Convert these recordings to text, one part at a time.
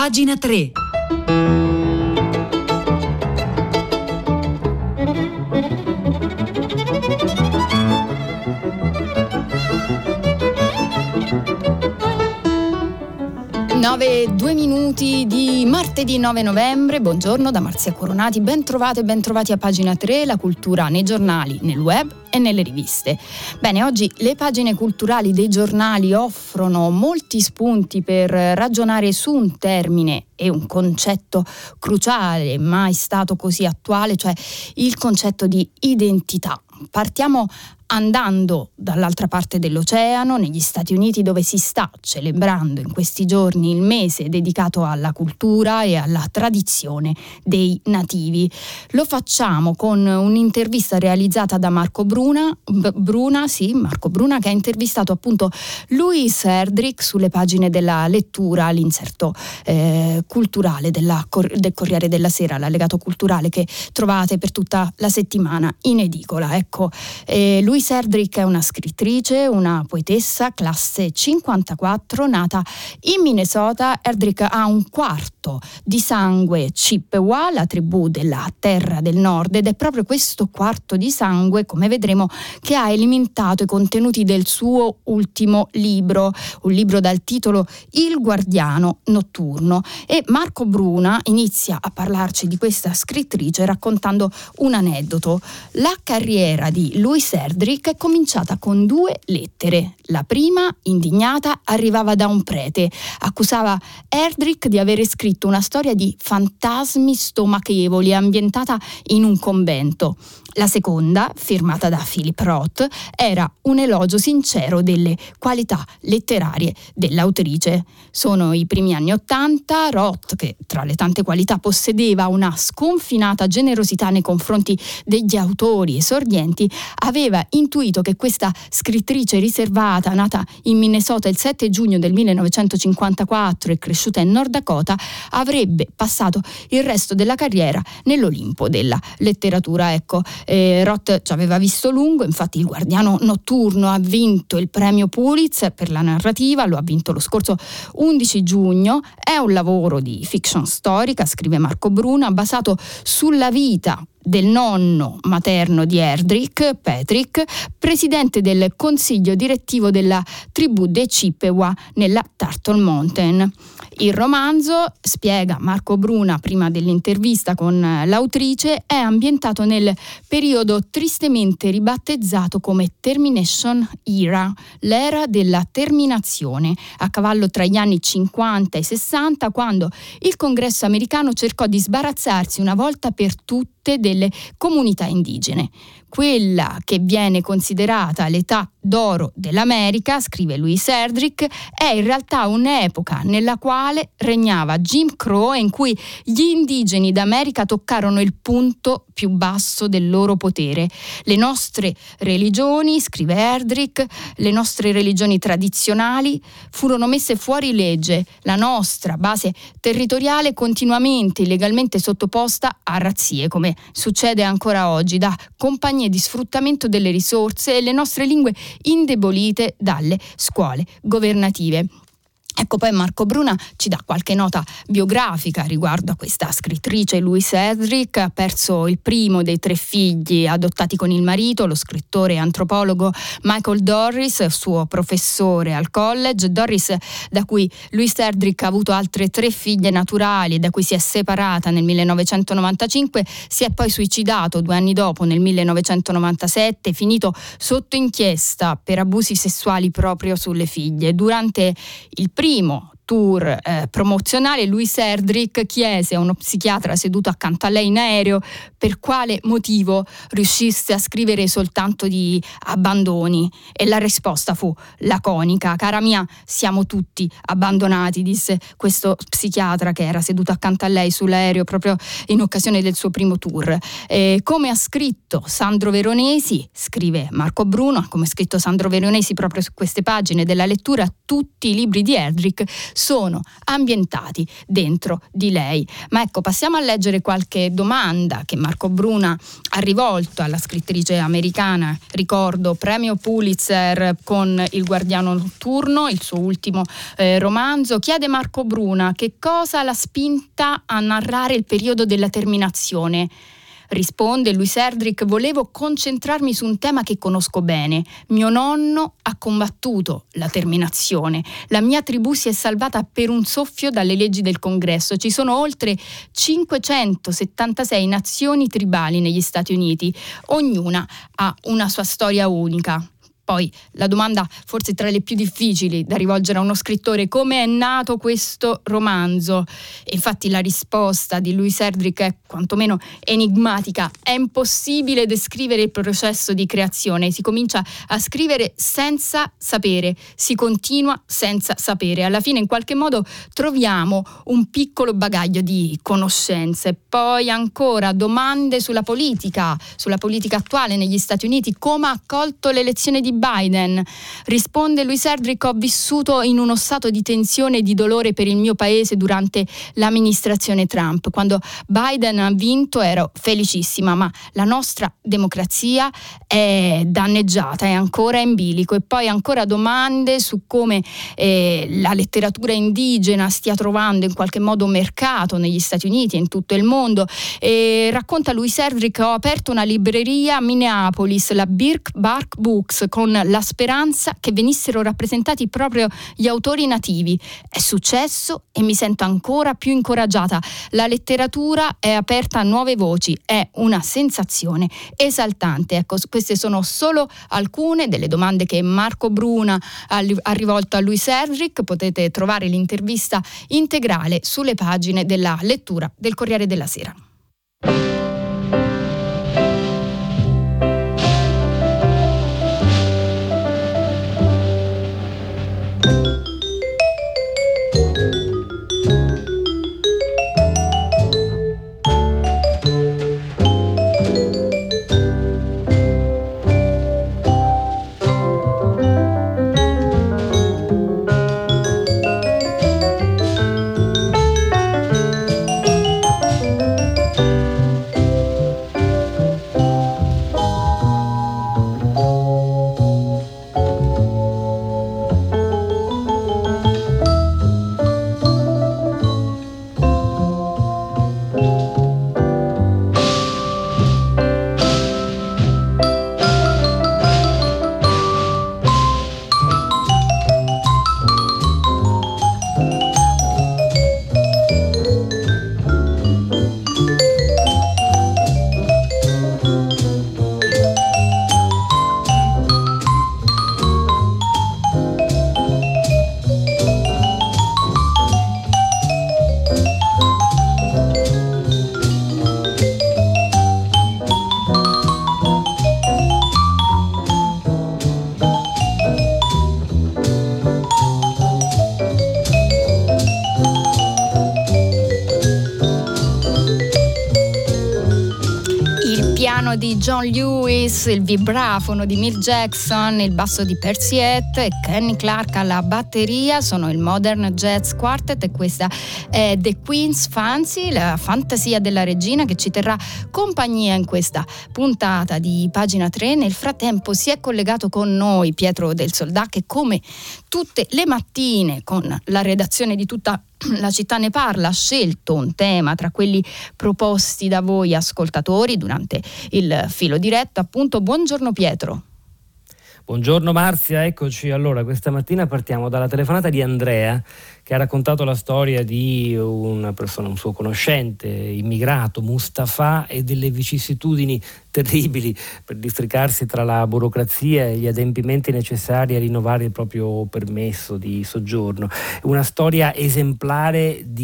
Pagina 3. Due minuti di martedì 9 novembre. Buongiorno da Marzia Coronati, ben trovate e ben trovati a Pagina 3, la cultura nei giornali, nel web e nelle riviste. Bene, oggi le pagine culturali dei giornali offrono molti spunti per ragionare su un termine e un concetto cruciale, mai stato così attuale, cioè il concetto di identità. Partiamo andando dall'altra parte dell'oceano, negli Stati Uniti, dove si sta celebrando in questi giorni il mese dedicato alla cultura e alla tradizione dei nativi. Lo facciamo con un'intervista realizzata da Marco Bruna, che ha intervistato appunto Louise Erdrich sulle pagine della lettura, l'inserto culturale del Corriere della Sera, l'allegato culturale che trovate per tutta la settimana in edicola. Ecco, Louise Erdrich è una scrittrice, una poetessa, classe 54, nata in Minnesota. Erdrich ha un quarto di sangue Chippewa, la tribù della terra del nord, ed è proprio questo quarto di sangue, come vedremo, che ha alimentato i contenuti del suo ultimo libro, un libro dal titolo Il guardiano notturno. E Marco Bruna inizia a parlarci di questa scrittrice raccontando un aneddoto. La carriera di Louise Erdrich è cominciata con 2 lettere. La prima, indignata, arrivava da un prete. Accusava Erdrich di avere scritto una storia di fantasmi stomachevoli ambientata in un convento. La seconda, firmata da Philip Roth, era un elogio sincero delle qualità letterarie dell'autrice. Sono i primi anni '80. Roth, che tra le tante qualità possedeva una sconfinata generosità nei confronti degli autori esordienti, aveva intuito che questa scrittrice riservata, nata in Minnesota il 7 giugno del 1954 e cresciuta in Nord Dakota, avrebbe passato il resto della carriera nell'Olimpo della letteratura. Ecco, Roth ci aveva visto lungo, infatti Il guardiano notturno ha vinto il premio Pulitzer per la narrativa, lo ha vinto lo scorso 11 giugno. È un lavoro di fiction storica, scrive Marco Bruna, basato sulla vita del nonno materno di Erdrich, Patrick, presidente del consiglio direttivo della tribù dei Chippewa nella Turtle Mountain. Il romanzo, spiega Marco Bruna prima dell'intervista con l'autrice, è ambientato nel periodo tristemente ribattezzato come Termination Era, l'era della terminazione, a cavallo tra gli anni 50 e 60, quando il Congresso americano cercò di sbarazzarsi una volta per tutte delle comunità indigene. Quella che viene considerata l'età d'oro dell'America, scrive Louise Erdrich, è in realtà un'epoca nella quale regnava Jim Crow e in cui gli indigeni d'America toccarono il punto più basso del loro potere. Le nostre religioni, scrive Erdrich, le nostre religioni tradizionali furono messe fuori legge, la nostra base territoriale continuamente illegalmente sottoposta a razzie, come succede ancora oggi, da compagnie di sfruttamento delle risorse e le nostre lingue indebolite dalle scuole governative. Ecco, poi Marco Bruna ci dà qualche nota biografica riguardo a questa scrittrice. Louise Erdrich ha perso il primo dei 3 figli adottati con il marito, lo scrittore e antropologo Michael Dorris, suo professore al college. Dorris, da cui Louise Erdrich ha avuto altre 3 figlie naturali e da cui si è separata nel 1995, si è poi suicidato 2 anni dopo, nel 1997, finito sotto inchiesta per abusi sessuali proprio sulle figlie. Durante il primo tour promozionale, Louise Erdrich chiese a uno psichiatra seduto accanto a lei in aereo per quale motivo riuscisse a scrivere soltanto di abbandoni, e la risposta fu laconica: cara mia, siamo tutti abbandonati, disse questo psichiatra che era seduto accanto a lei sull'aereo proprio in occasione del suo primo tour. Come ha scritto Sandro Veronesi, scrive Marco Bruno, come ha scritto Sandro Veronesi proprio su queste pagine della lettura, tutti i libri di Erdrich sono ambientati dentro di lei. Ma ecco, passiamo a leggere qualche domanda che Marco Bruna ha rivolto alla scrittrice americana, ricordo premio Pulitzer con Il Guardiano Notturno, il suo ultimo romanzo. Chiede Marco Bruna che cosa l'ha spinta a narrare il periodo della terminazione. Risponde Louise Erdrich: volevo concentrarmi su un tema che conosco bene. Mio nonno ha combattuto la terminazione. La mia tribù si è salvata per un soffio dalle leggi del Congresso. Ci sono oltre 576 nazioni tribali negli Stati Uniti. Ognuna ha una sua storia unica. Poi la domanda forse tra le più difficili da rivolgere a uno scrittore: come è nato questo romanzo? E infatti la risposta di Louise Erdrich è quantomeno enigmatica. È impossibile descrivere il processo di creazione. Si comincia a scrivere senza sapere, si continua senza sapere. Alla fine in qualche modo troviamo un piccolo bagaglio di conoscenze. Poi ancora domande sulla politica attuale negli Stati Uniti. Come ha accolto l'elezione di Biden? Risponde Louise Erdrich: ho vissuto in uno stato di tensione e di dolore per il mio paese durante l'amministrazione Trump. Quando Biden ha vinto ero felicissima, ma la nostra democrazia è danneggiata, è ancora in bilico. E poi ancora domande su come la letteratura indigena stia trovando in qualche modo mercato negli Stati Uniti e in tutto il mondo. Racconta Louise Erdrich: ho aperto una libreria a Minneapolis, la Birk Bark Books, con la speranza che venissero rappresentati proprio gli autori nativi. È successo e mi sento ancora più incoraggiata. La letteratura è aperta a nuove voci, è una sensazione esaltante. Ecco, queste sono solo alcune delle domande che Marco Bruna ha rivolto a Louise Erdrich. Potete trovare l'intervista integrale sulle pagine della lettura del Corriere della Sera. Di John Lewis, il vibrafono di Milt Jackson, il basso di Percy Heath e Kenny Clark alla batteria sono il Modern Jazz Quartet, e questa è The Queen's Fancy, la fantasia della regina, che ci terrà compagnia in questa puntata di Pagina 3. Nel frattempo si è collegato con noi Pietro del Soldà, che come tutte le mattine con la redazione di Tutta la città ne parla ha scelto un tema tra quelli proposti da voi ascoltatori durante il filo diretto. Appunto, buongiorno Pietro. Buongiorno Marzia, eccoci. Allora, questa mattina partiamo dalla telefonata di Andrea, che ha raccontato la storia di una persona, un suo conoscente immigrato, Mustafa, e delle vicissitudini terribili per districarsi tra la burocrazia e gli adempimenti necessari a rinnovare il proprio permesso di soggiorno. Una storia esemplare di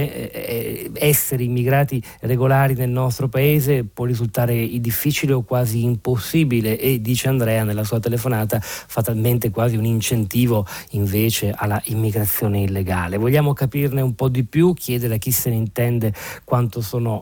come essere immigrati regolari nel nostro paese può risultare difficile o quasi impossibile, e dice Andrea nella sua telefonata fatalmente quasi un incentivo invece alla immigrazione illegale. legale. Vogliamo capirne un po' di più, chiedere a chi se ne intende quanto sono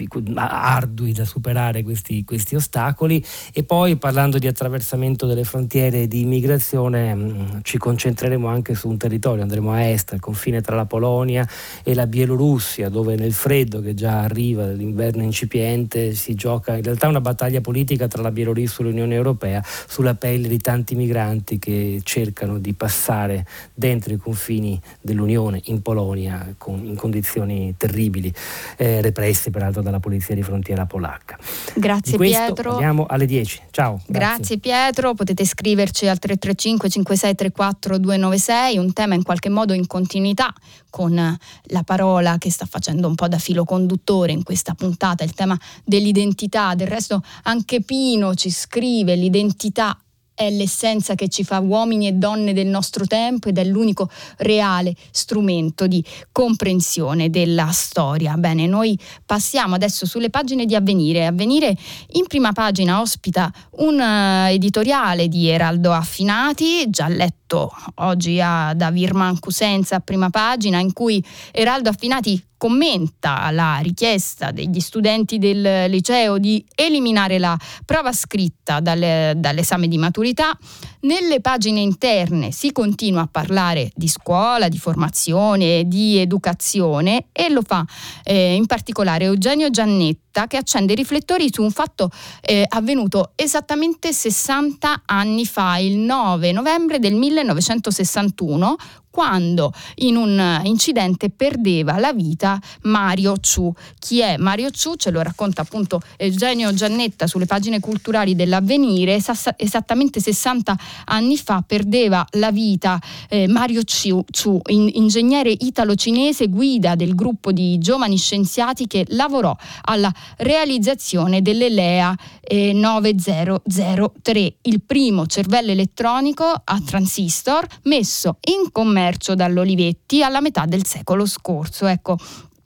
ardui da superare questi ostacoli, e poi, parlando di attraversamento delle frontiere e di immigrazione, ci concentreremo anche su un territorio, andremo a est, al confine tra la Polonia e la Bielorussia, dove nel freddo che già arriva, l'inverno incipiente, si gioca in realtà una battaglia politica tra la Bielorussia e l'Unione Europea sulla pelle di tanti migranti che cercano di passare dentro i confini dell'Unione in Polonia in condizioni terribili, represse peraltro dalla polizia di frontiera polacca. Grazie Pietro. Andiamo alle 10. Ciao. Grazie Pietro, potete scriverci al 335 5634 296, un tema in qualche modo in continuità con la parola che sta facendo un po' da filo conduttore in questa puntata, il tema dell'identità. Del resto anche Pino ci scrive: l'identità è l'essenza che ci fa uomini e donne del nostro tempo ed è l'unico reale strumento di comprensione della storia. Bene, noi passiamo adesso sulle pagine di Avvenire. Avvenire in prima pagina ospita un editoriale di Eraldo Affinati, già letto oggi da Virman Cusenza a prima pagina, in cui Eraldo Affinati commenta la richiesta degli studenti del liceo di eliminare la prova scritta dall'esame di maturità. Nelle pagine interne si continua a parlare di scuola, di formazione, di educazione, e lo fa in particolare Eugenio Giannetta, che accende i riflettori su un fatto avvenuto esattamente 60 anni fa, il 9 novembre del 1961, quando in un incidente perdeva la vita Mario Ciù. Chi è Mario Ciù? Ce lo racconta appunto Eugenio Giannetta sulle pagine culturali dell'Avvenire. Esattamente 60 anni fa perdeva la vita Mario Ciù, ingegnere italo-cinese, guida del gruppo di giovani scienziati che lavorò alla realizzazione dell'Elea 9003, il primo cervello elettronico a transistor messo in commercio dall'Olivetti alla metà del secolo scorso. Ecco,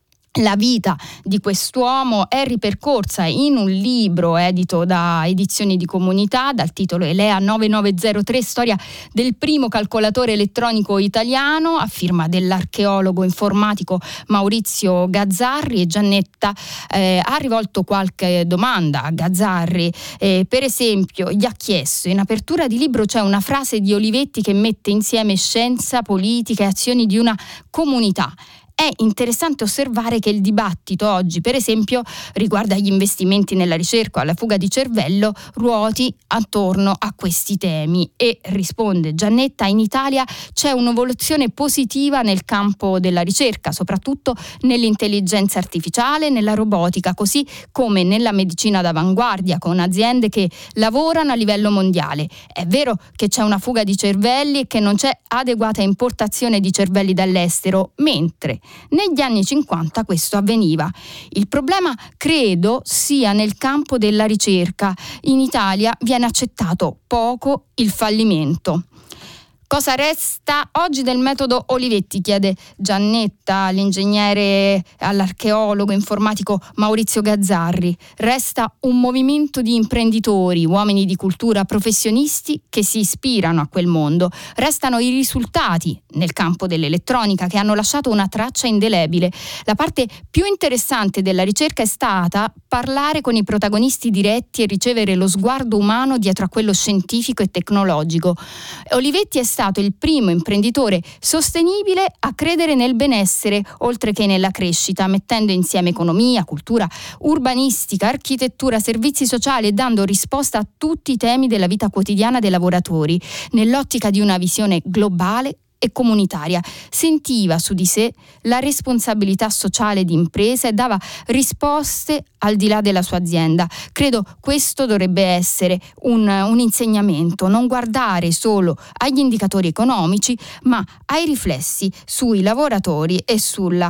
la vita di quest'uomo è ripercorsa in un libro edito da Edizioni di Comunità dal titolo Elea 9903, storia del primo calcolatore elettronico italiano, a firma dell'archeologo informatico Maurizio Gazzarri. E Giannetta ha rivolto qualche domanda a Gazzarri. Per esempio, gli ha chiesto: in apertura di libro c'è una frase di Olivetti che mette insieme scienza, politica e azioni di una comunità. È interessante osservare che il dibattito oggi, per esempio, riguardo agli investimenti nella ricerca o alla fuga di cervello, ruoti attorno a questi temi. E risponde Giannetta: in Italia c'è un'evoluzione positiva nel campo della ricerca, soprattutto nell'intelligenza artificiale, nella robotica, così come nella medicina d'avanguardia, con aziende che lavorano a livello mondiale. È vero che c'è una fuga di cervelli e che non c'è adeguata importazione di cervelli dall'estero, mentre negli anni 50 questo avveniva. Il problema, credo, sia nel campo della ricerca. In Italia viene accettato poco il fallimento. Cosa resta oggi del metodo Olivetti? Chiede Giannetta all'ingegnere, all'archeologo informatico Maurizio Gazzarri. Resta un movimento di imprenditori, uomini di cultura, professionisti che si ispirano a quel mondo. Restano i risultati nel campo dell'elettronica che hanno lasciato una traccia indelebile. La parte più interessante della ricerca è stata parlare con i protagonisti diretti e ricevere lo sguardo umano dietro a quello scientifico e tecnologico. Olivetti è stato il primo imprenditore sostenibile a credere nel benessere oltre che nella crescita, mettendo insieme economia, cultura, urbanistica, architettura, servizi sociali e dando risposta a tutti i temi della vita quotidiana dei lavoratori, nell'ottica di una visione globale e comunitaria. Sentiva su di sé la responsabilità sociale di impresa e dava risposte al di là della sua azienda. Credo questo dovrebbe essere un insegnamento, non guardare solo agli indicatori economici, ma ai riflessi sui lavoratori e sulla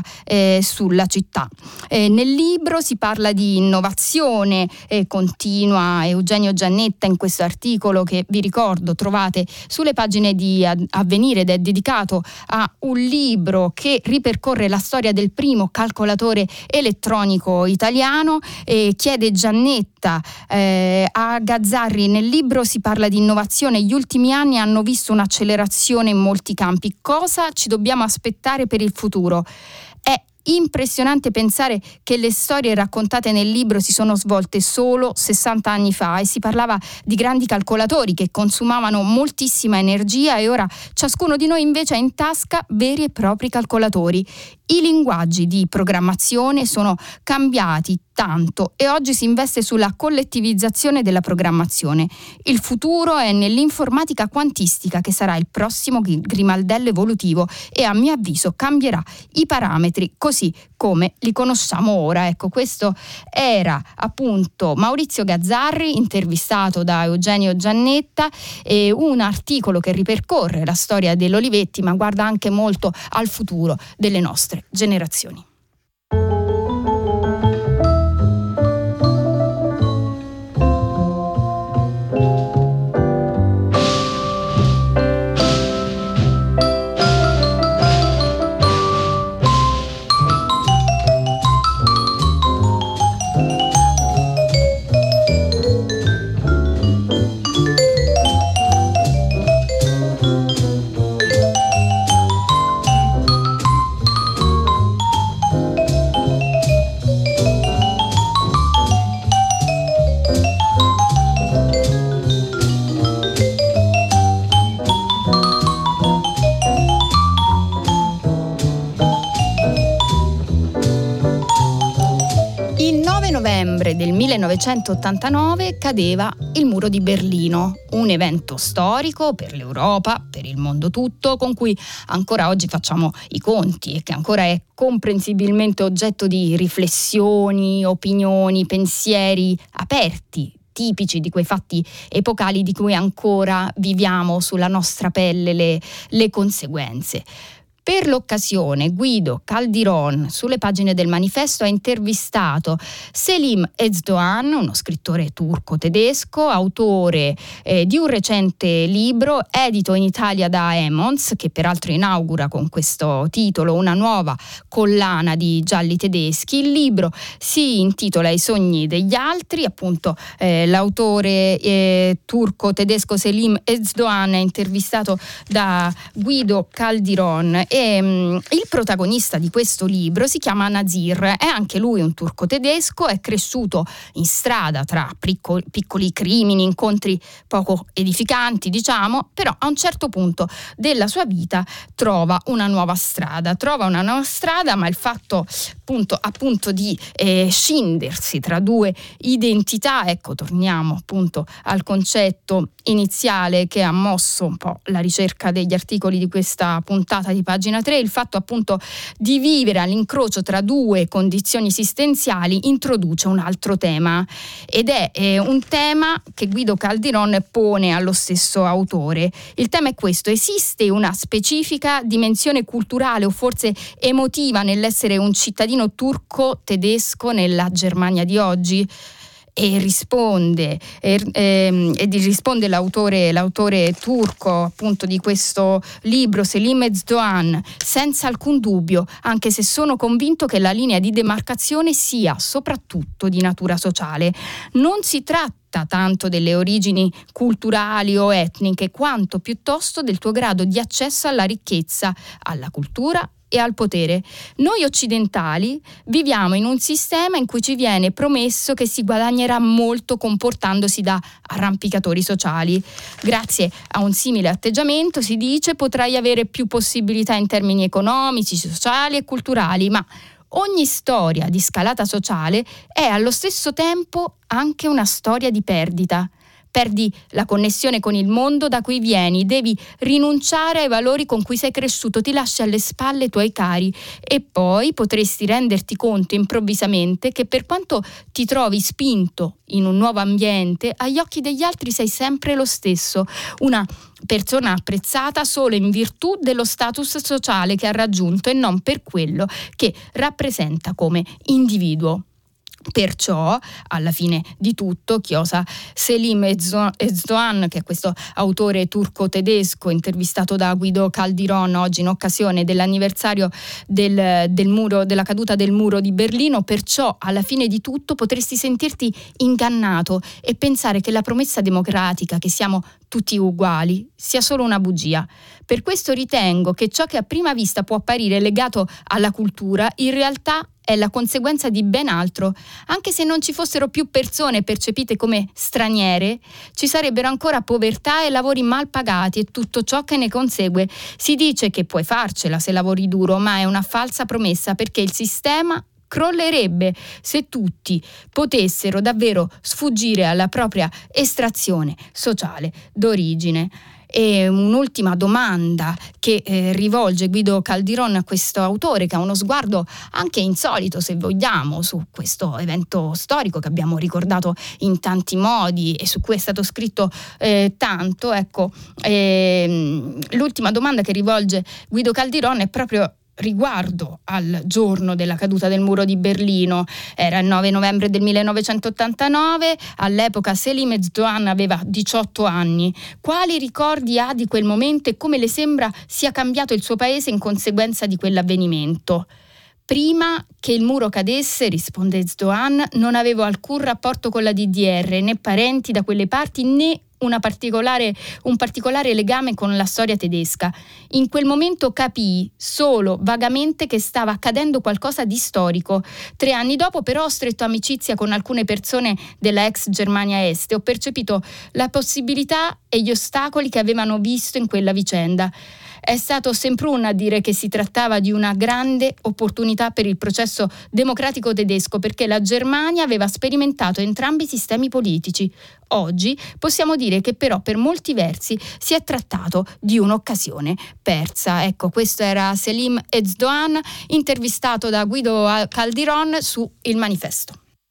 città. Nel libro si parla di innovazione, continua Eugenio Giannetta in questo articolo che vi ricordo trovate sulle pagine di Avvenire ed è dedicato dedicato a un libro che ripercorre la storia del primo calcolatore elettronico italiano. Chiede Giannetta a Gazzarri: nel libro si parla di innovazione, gli ultimi anni hanno visto un'accelerazione in molti campi, cosa ci dobbiamo aspettare per il futuro? È impressionante pensare che le storie raccontate nel libro si sono svolte solo 60 anni fa e si parlava di grandi calcolatori che consumavano moltissima energia, e ora ciascuno di noi invece ha in tasca veri e propri calcolatori. I linguaggi di programmazione sono cambiati tanto e oggi si investe sulla collettivizzazione della programmazione. Il futuro è nell'informatica quantistica, che sarà il prossimo grimaldello evolutivo e a mio avviso cambierà i parametri così come li conosciamo ora. Ecco, questo era appunto Maurizio Gazzarri, intervistato da Eugenio Giannetta, e un articolo che ripercorre la storia dell'Olivetti ma guarda anche molto al futuro delle nostre generazioni. Del 1989 cadeva il muro di Berlino, un evento storico per l'Europa, per il mondo tutto, con cui ancora oggi facciamo i conti e che ancora è comprensibilmente oggetto di riflessioni, opinioni, pensieri aperti, tipici di quei fatti epocali di cui ancora viviamo sulla nostra pelle le conseguenze. Per l'occasione Guido Caldiron, sulle pagine del Manifesto, ha intervistato Selim Ezdoğan, uno scrittore turco-tedesco, autore di un recente libro edito in Italia da Emons, che peraltro inaugura con questo titolo una nuova collana di gialli tedeschi. Il libro si intitola I sogni degli altri. Appunto l'autore turco-tedesco Selim Ezdoğan è intervistato da Guido Caldiron. Il protagonista di questo libro si chiama Nazir, è anche lui un turco tedesco, è cresciuto in strada tra piccoli crimini, incontri poco edificanti, diciamo, però a un certo punto della sua vita trova una nuova strada, ma il fatto appunto di scindersi tra due identità, ecco, torniamo appunto al concetto iniziale che ha mosso un po' la ricerca degli articoli di questa puntata di Pagina 3, il fatto appunto di vivere all'incrocio tra due condizioni esistenziali introduce un altro tema, ed è un tema che Guido Caldiron pone allo stesso autore. Il tema è questo: esiste una specifica dimensione culturale o forse emotiva nell'essere un cittadino turco tedesco nella Germania di oggi? E risponde l'autore turco appunto di questo libro, Selim Ezdoğan: senza alcun dubbio, anche se sono convinto che la linea di demarcazione sia soprattutto di natura sociale. Non si tratta tanto delle origini culturali o etniche, quanto piuttosto del tuo grado di accesso alla ricchezza, alla cultura e al potere. Noi occidentali viviamo in un sistema in cui ci viene promesso che si guadagnerà molto comportandosi da arrampicatori sociali. Grazie a un simile atteggiamento, si dice, potrai avere più possibilità in termini economici, sociali e culturali, ma ogni storia di scalata sociale è allo stesso tempo anche una storia di perdita. Perdi la connessione con il mondo da cui vieni, devi rinunciare ai valori con cui sei cresciuto, ti lasci alle spalle i tuoi cari e poi potresti renderti conto improvvisamente che per quanto ti trovi spinto in un nuovo ambiente, agli occhi degli altri sei sempre lo stesso, una persona apprezzata solo in virtù dello status sociale che ha raggiunto e non per quello che rappresenta come individuo. Perciò, alla fine di tutto, chiosa Selim Ezdoğan, che è questo autore turco-tedesco intervistato da Guido Caldiron oggi in occasione dell'anniversario della caduta del muro di Berlino, perciò alla fine di tutto potresti sentirti ingannato e pensare che la promessa democratica, che siamo tutti uguali, sia solo una bugia. Per questo ritengo che ciò che a prima vista può apparire legato alla cultura, in realtà è la conseguenza di ben altro. Anche se non ci fossero più persone percepite come straniere, ci sarebbero ancora povertà e lavori mal pagati e tutto ciò che ne consegue. Si dice che puoi farcela se lavori duro, ma è una falsa promessa, perché il sistema crollerebbe se tutti potessero davvero sfuggire alla propria estrazione sociale d'origine. E un'ultima domanda che rivolge Guido Caldiron a questo autore, che ha uno sguardo anche insolito, se vogliamo, su questo evento storico che abbiamo ricordato in tanti modi e su cui è stato scritto tanto. Ecco, l'ultima domanda che rivolge Guido Caldiron è proprio riguardo al giorno della caduta del muro di Berlino. Era il 9 novembre del 1989, all'epoca Selim Ezdoğan aveva 18 anni. Quali ricordi ha di quel momento e come le sembra sia cambiato il suo paese in conseguenza di quell'avvenimento? Prima che il muro cadesse, risponde Ezdoğan, non avevo alcun rapporto con la DDR, né parenti da quelle parti, né un particolare legame con la storia tedesca. In quel momento capii solo vagamente che stava accadendo qualcosa di storico. 3 anni dopo però ho stretto amicizia con alcune persone della ex Germania Est e ho percepito la possibilità e gli ostacoli che avevano visto in quella vicenda. È stato Semprún a dire che si trattava di una grande opportunità per il processo democratico tedesco, perché la Germania aveva sperimentato entrambi i sistemi politici. Oggi possiamo dire che però per molti versi si è trattato di un'occasione persa. Ecco, questo era Selim Ezdoğan, intervistato da Guido Caldiron su Il Manifesto.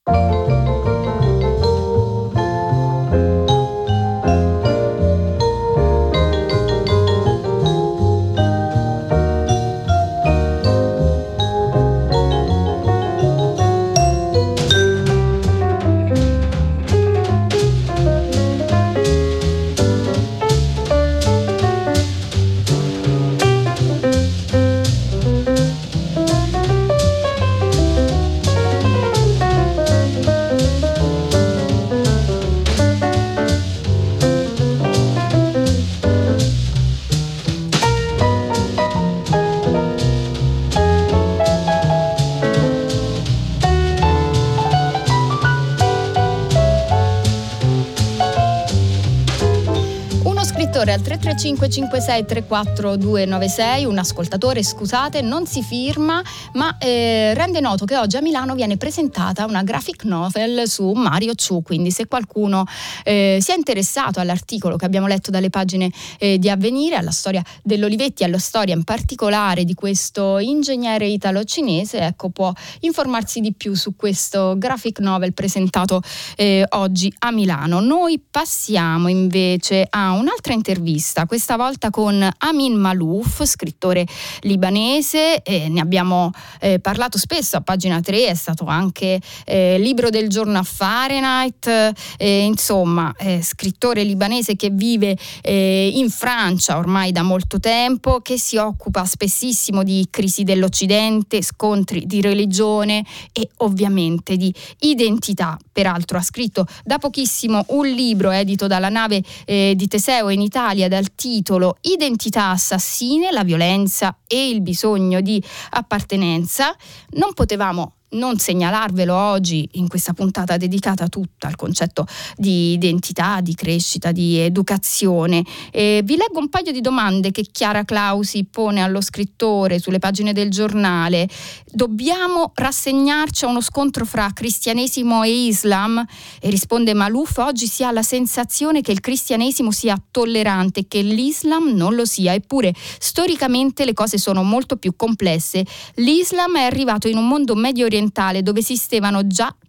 Al 335 56 34 296 un ascoltatore, scusate, non si firma, ma rende noto che oggi a Milano viene presentata una graphic novel su Mario Ciù, quindi se qualcuno si è interessato all'articolo che abbiamo letto dalle pagine di Avvenire, alla storia dell'Olivetti, alla storia in particolare di questo ingegnere italo-cinese, ecco, può informarsi di più su questo graphic novel presentato oggi a Milano. Noi passiamo invece a un'altra intervista, questa volta con Amin Maalouf, scrittore libanese, ne abbiamo parlato spesso a Pagina 3, è stato anche libro del giorno a Fahrenheit, insomma scrittore libanese che vive in Francia ormai da molto tempo, che si occupa spessissimo di crisi dell'Occidente, scontri di religione e ovviamente di identità. Peraltro ha scritto da pochissimo un libro edito dalla Nave di Teseo in Italia dal titolo Identità assassine, la violenza e il bisogno di appartenenza. Non potevamo non segnalarvelo oggi in questa puntata dedicata tutta al concetto di identità, di crescita, di educazione. Vi leggo un paio di domande che Chiara Clausi pone allo scrittore sulle pagine del giornale. Dobbiamo rassegnarci a uno scontro fra cristianesimo e Islam? E risponde Maalouf, oggi si ha la sensazione che il cristianesimo sia tollerante e che l'Islam non lo sia, eppure storicamente le cose sono molto più complesse. L'Islam è arrivato in un mondo medio orientale dove esistevano già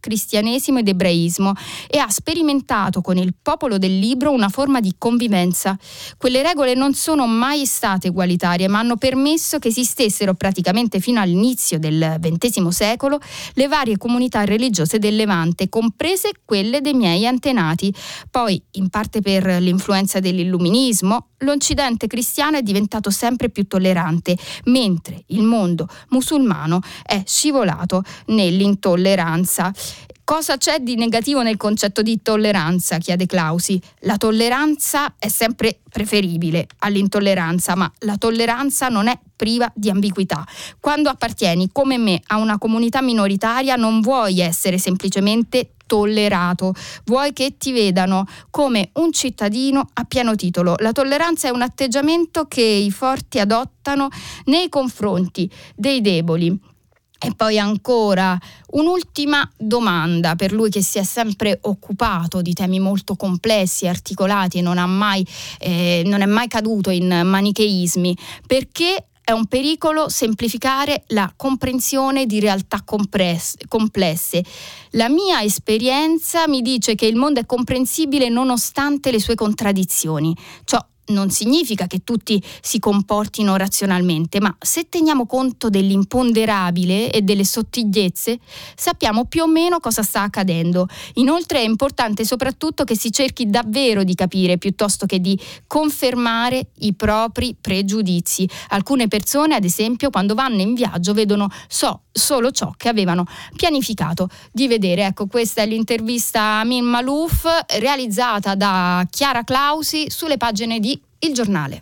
cristianesimo ed ebraismo e ha sperimentato con il popolo del libro una forma di convivenza. Quelle regole non sono mai state egualitarie, ma hanno permesso che esistessero praticamente fino all'inizio del XX secolo le varie comunità religiose del Levante, comprese quelle dei miei antenati. Poi, in parte per l'influenza dell'illuminismo, l'Occidente cristiano è diventato sempre più tollerante, mentre il mondo musulmano è scivolato nell'intolleranza. Cosa c'è di negativo nel concetto di tolleranza? Chiede Clausi. La tolleranza è sempre preferibile all'intolleranza, ma la tolleranza non è priva di ambiguità. Quando appartieni, come me, a una comunità minoritaria, non vuoi essere semplicemente tollerato, vuoi che ti vedano come un cittadino a pieno titolo. La tolleranza è un atteggiamento che i forti adottano nei confronti dei deboli. E poi ancora un'ultima domanda per lui che si è sempre occupato di temi molto complessi e articolati e non è mai caduto in manicheismi. Perché è un pericolo semplificare la comprensione di realtà complesse. La mia esperienza mi dice che il mondo è comprensibile nonostante le sue contraddizioni. Ciò non significa che tutti si comportino razionalmente, ma se teniamo conto dell'imponderabile e delle sottigliezze, sappiamo più o meno cosa sta accadendo. Inoltre è importante soprattutto che si cerchi davvero di capire piuttosto che di confermare i propri pregiudizi. Alcune persone, ad esempio, quando vanno in viaggio vedono solo ciò che avevano pianificato di vedere. Ecco, questa è l'intervista a Amin Maalouf realizzata da Chiara Clausi sulle pagine di Il Giornale.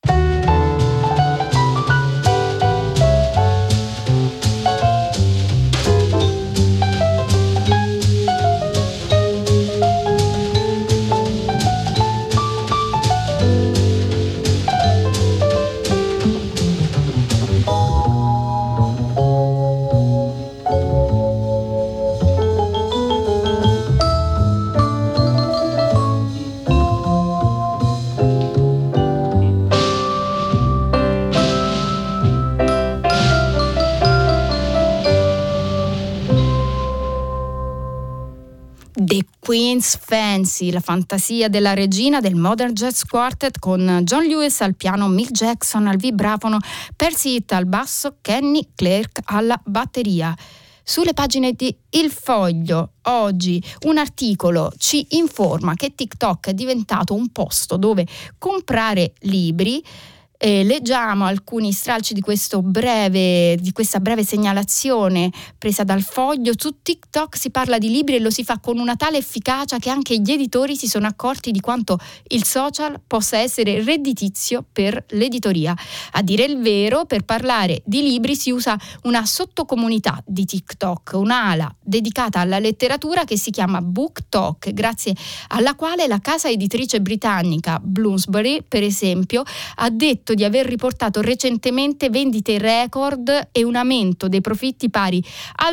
The Queen's Fancy, la fantasia della regina del Modern Jazz Quartet con John Lewis al piano, Mick Jackson al vibrafono, Percy Hitt al basso, Kenny Clarke alla batteria. Sulle pagine di Il Foglio oggi un articolo ci informa che TikTok è diventato un posto dove comprare libri. Leggiamo alcuni stralci di questa breve segnalazione presa dal Foglio. Su TikTok si parla di libri e lo si fa con una tale efficacia che anche gli editori si sono accorti di quanto il social possa essere redditizio per l'editoria. A dire il vero, per parlare di libri si usa una sottocomunità di TikTok, un'ala dedicata alla letteratura che si chiama BookTok, grazie alla quale la casa editrice britannica Bloomsbury, per esempio, ha detto di aver riportato recentemente vendite record e un aumento dei profitti pari al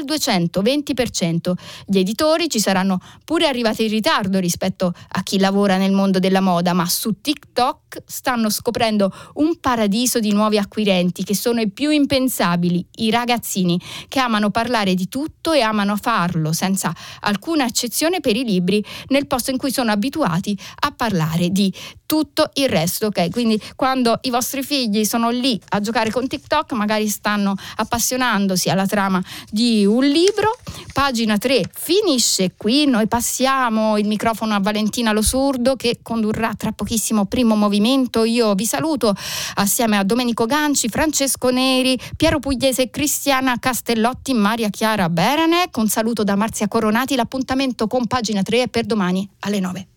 220%. Gli editori ci saranno pure arrivati in ritardo rispetto a chi lavora nel mondo della moda, ma su TikTok stanno scoprendo un paradiso di nuovi acquirenti che sono i più impensabili, i ragazzini che amano parlare di tutto e amano farlo senza alcuna eccezione per i libri, nel posto in cui sono abituati a parlare di tutto il resto, ok? Quindi quando i vostri figli sono lì a giocare con TikTok, magari stanno appassionandosi alla trama di un libro. Pagina 3 finisce qui, noi passiamo il microfono a Valentina Lo Surdo che condurrà tra pochissimo Primo Movimento. Io vi saluto assieme a Domenico Ganci, Francesco Neri, Piero Pugliese e Cristiana Castellotti, Maria Chiara Berenec. Un saluto da Marzia Coronati, l'appuntamento con Pagina 3 è per domani alle 9.